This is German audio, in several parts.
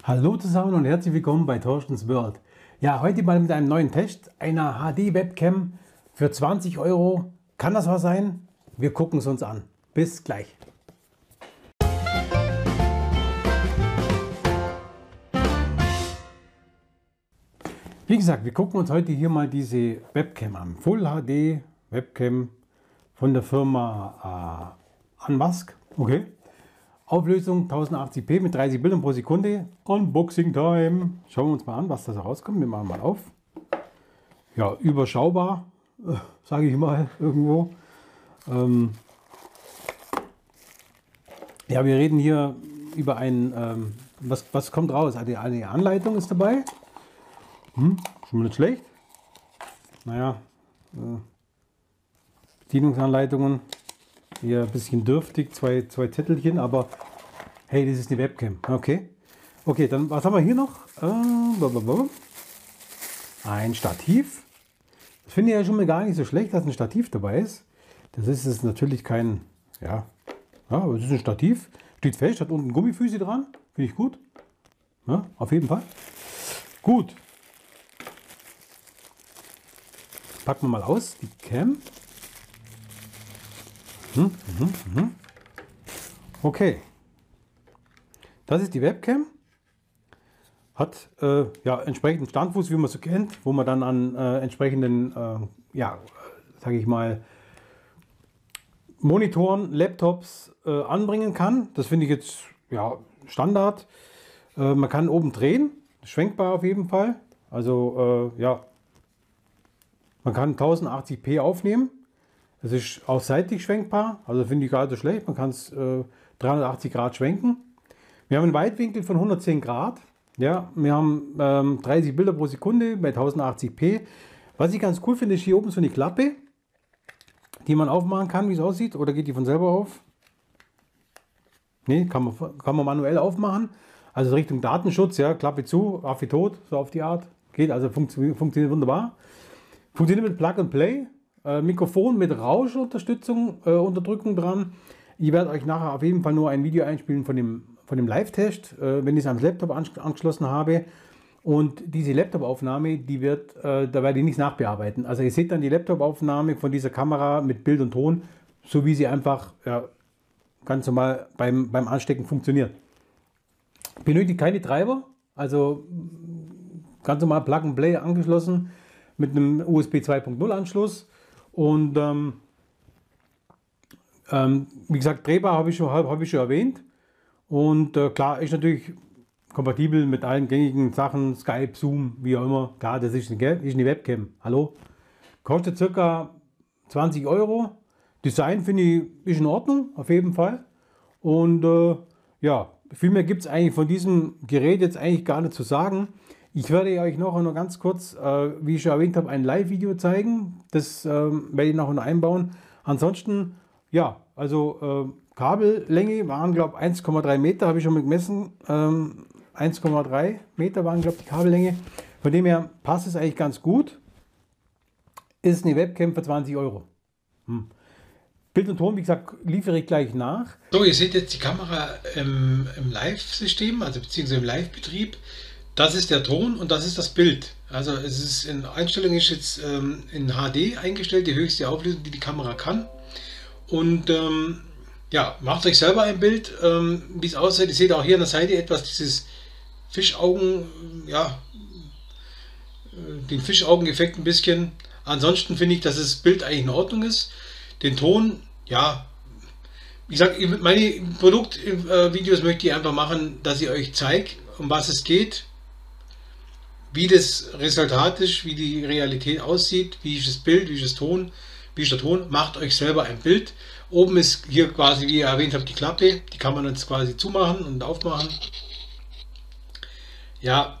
Hallo zusammen und herzlich willkommen bei Thorstens World. Ja, heute mal mit einem neuen Test einer HD-Webcam für 20 Euro. Kann das was sein? Wir gucken es uns an. Bis gleich. Wie gesagt, wir gucken uns heute hier mal diese Webcam an. Full HD Webcam von der Firma Unmask. Okay. Auflösung 1080p mit 30 Bildern pro Sekunde. Unboxing Time. Schauen wir uns mal an, was da so rauskommt. Wir machen mal auf. Ja, überschaubar, sage ich mal irgendwo. Ja, wir reden hier über ein, was kommt raus? Eine Anleitung ist dabei. Schon mal nicht schlecht. Naja, Bedienungsanleitungen. Hier ein bisschen dürftig, zwei Zettelchen, aber hey, das ist eine Webcam. Okay. Okay, dann was haben wir hier noch? Ein Stativ. Das finde ich ja schon mal gar nicht so schlecht, dass ein Stativ dabei ist. Das ist jetzt natürlich kein, ja, aber es ist ein Stativ. Steht fest, hat unten Gummifüße dran. Finde ich gut. Ja, auf jeden Fall. Gut. Packen wir mal aus, die Cam. Okay, das ist die Webcam, hat ja, entsprechenden Standfuß, wie man so kennt, wo man dann an entsprechenden, ja, sage ich mal, Monitoren, Laptops anbringen kann. Das finde ich jetzt ja, Standard. Man kann oben drehen, schwenkbar auf jeden Fall. Also ja, man kann 1080p aufnehmen. Es ist auch seitlich schwenkbar, also finde ich gar nicht so schlecht. Man kann es 380 Grad schwenken. Wir haben einen Weitwinkel von 110 Grad. Ja, wir haben 30 Bilder pro Sekunde bei 1080p. Was ich ganz cool finde, ist hier oben so eine Klappe, die man aufmachen kann, wie es aussieht. Oder geht die von selber auf? Ne, kann man manuell aufmachen. Also Richtung Datenschutz, ja, Klappe zu, Affe tot, so auf die Art. Geht, also funktioniert wunderbar. Funktioniert mit Plug and Play. Mikrofon mit Rauschunterstützung, Unterdrückung dran. Ich werde euch nachher auf jeden Fall nur ein Video einspielen von dem Live-Test, wenn ich es ans Laptop angeschlossen habe. Und diese Laptop-Aufnahme, die wird, da werde ich nichts nachbearbeiten. Also ihr seht dann die Laptop-Aufnahme von dieser Kamera mit Bild und Ton, so wie sie einfach ja, ganz normal beim Anstecken funktioniert. Benötigt keine Treiber, also ganz normal Plug and Play angeschlossen mit einem USB 2.0 Anschluss. Und wie gesagt, drehbar habe ich schon erwähnt. Und klar, ist natürlich kompatibel mit allen gängigen Sachen, Skype, Zoom, wie auch immer. Klar, das ist eine Webcam. Hallo? Kostet ca. 20 Euro. Design finde ich ist in Ordnung, auf jeden Fall. Und ja, viel mehr gibt es eigentlich von diesem Gerät jetzt eigentlich gar nicht zu sagen. Ich werde euch noch ganz kurz, wie ich schon erwähnt habe, ein Live-Video zeigen. Das werde ich noch einbauen. Ansonsten, ja, also Kabellänge waren, glaube ich, 1,3 Meter, habe ich schon mal gemessen. 1,3 Meter waren, glaube ich, die Kabellänge. Von dem her passt es eigentlich ganz gut. Ist eine Webcam für 20 Euro. Bild und Ton, wie gesagt, liefere ich gleich nach. So, ihr seht jetzt die Kamera im Live-System, also beziehungsweise im Live-Betrieb. Das ist der Ton und das ist das Bild. Also es ist in Einstellung ist jetzt in HD eingestellt, die höchste Auflösung, die die Kamera kann. Und ja, macht euch selber ein Bild, wie es aussieht. Ihr seht auch hier an der Seite etwas dieses Fischaugen, ja, den Fischaugen-Effekt ein bisschen. Ansonsten finde ich, dass das Bild eigentlich in Ordnung ist. Den Ton, ja, wie gesagt, meine Produktvideos möchte ich einfach machen, dass ich euch zeige, um was es geht. Wie das Resultat ist, wie die Realität aussieht, wie ist das Bild, wie ist das Ton, wie ist der Ton. Macht euch selber ein Bild. Oben ist hier quasi, wie ihr erwähnt habt, die Klappe. Die kann man jetzt quasi zumachen und aufmachen. Ja,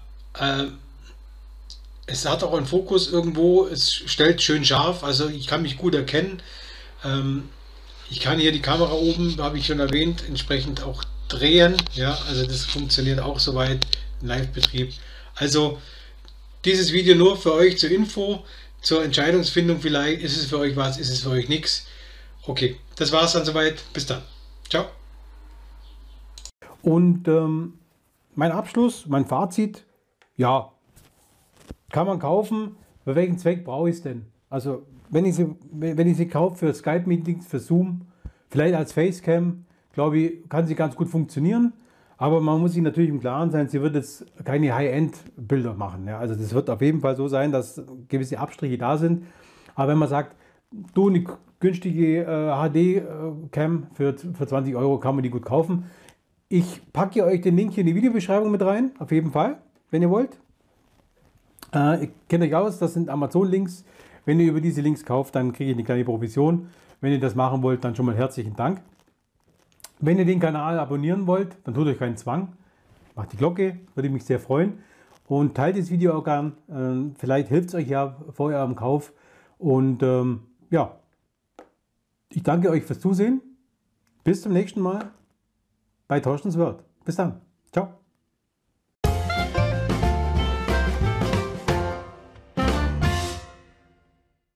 es hat auch einen Fokus irgendwo. Es stellt schön scharf, also ich kann mich gut erkennen. Ich kann hier die Kamera oben, habe ich schon erwähnt, entsprechend auch drehen. Ja, also das funktioniert auch soweit im Live-Betrieb. Also dieses Video nur für euch zur Info, zur Entscheidungsfindung. Vielleicht ist es für euch was, ist es für euch nichts. Okay, das war es dann soweit. Bis dann. Ciao. Und mein Abschluss, mein Fazit, ja, kann man kaufen. Für welchen Zweck brauche ich es denn? Also, wenn ich sie kaufe für Skype-Meetings, für Zoom, vielleicht als Facecam, glaube ich, kann sie ganz gut funktionieren. Aber man muss sich natürlich im Klaren sein, sie wird jetzt keine High-End-Bilder machen. Ja? Also, das wird auf jeden Fall so sein, dass gewisse Abstriche da sind. Aber wenn man sagt, du, eine günstige HD-Cam für 20 Euro kann man die gut kaufen. Ich packe euch den Link hier in die Videobeschreibung mit rein, auf jeden Fall, wenn ihr wollt. Ihr kennt euch aus, das sind Amazon-Links. Wenn ihr über diese Links kauft, dann kriege ich eine kleine Provision. Wenn ihr das machen wollt, dann schon mal herzlichen Dank. Wenn ihr den Kanal abonnieren wollt, dann tut euch keinen Zwang. Macht die Glocke, würde mich sehr freuen. Und teilt das Video auch gern. Vielleicht hilft es euch ja vor eurem Kauf. Und ja, ich danke euch fürs Zusehen. Bis zum nächsten Mal bei Torstens World. Bis dann.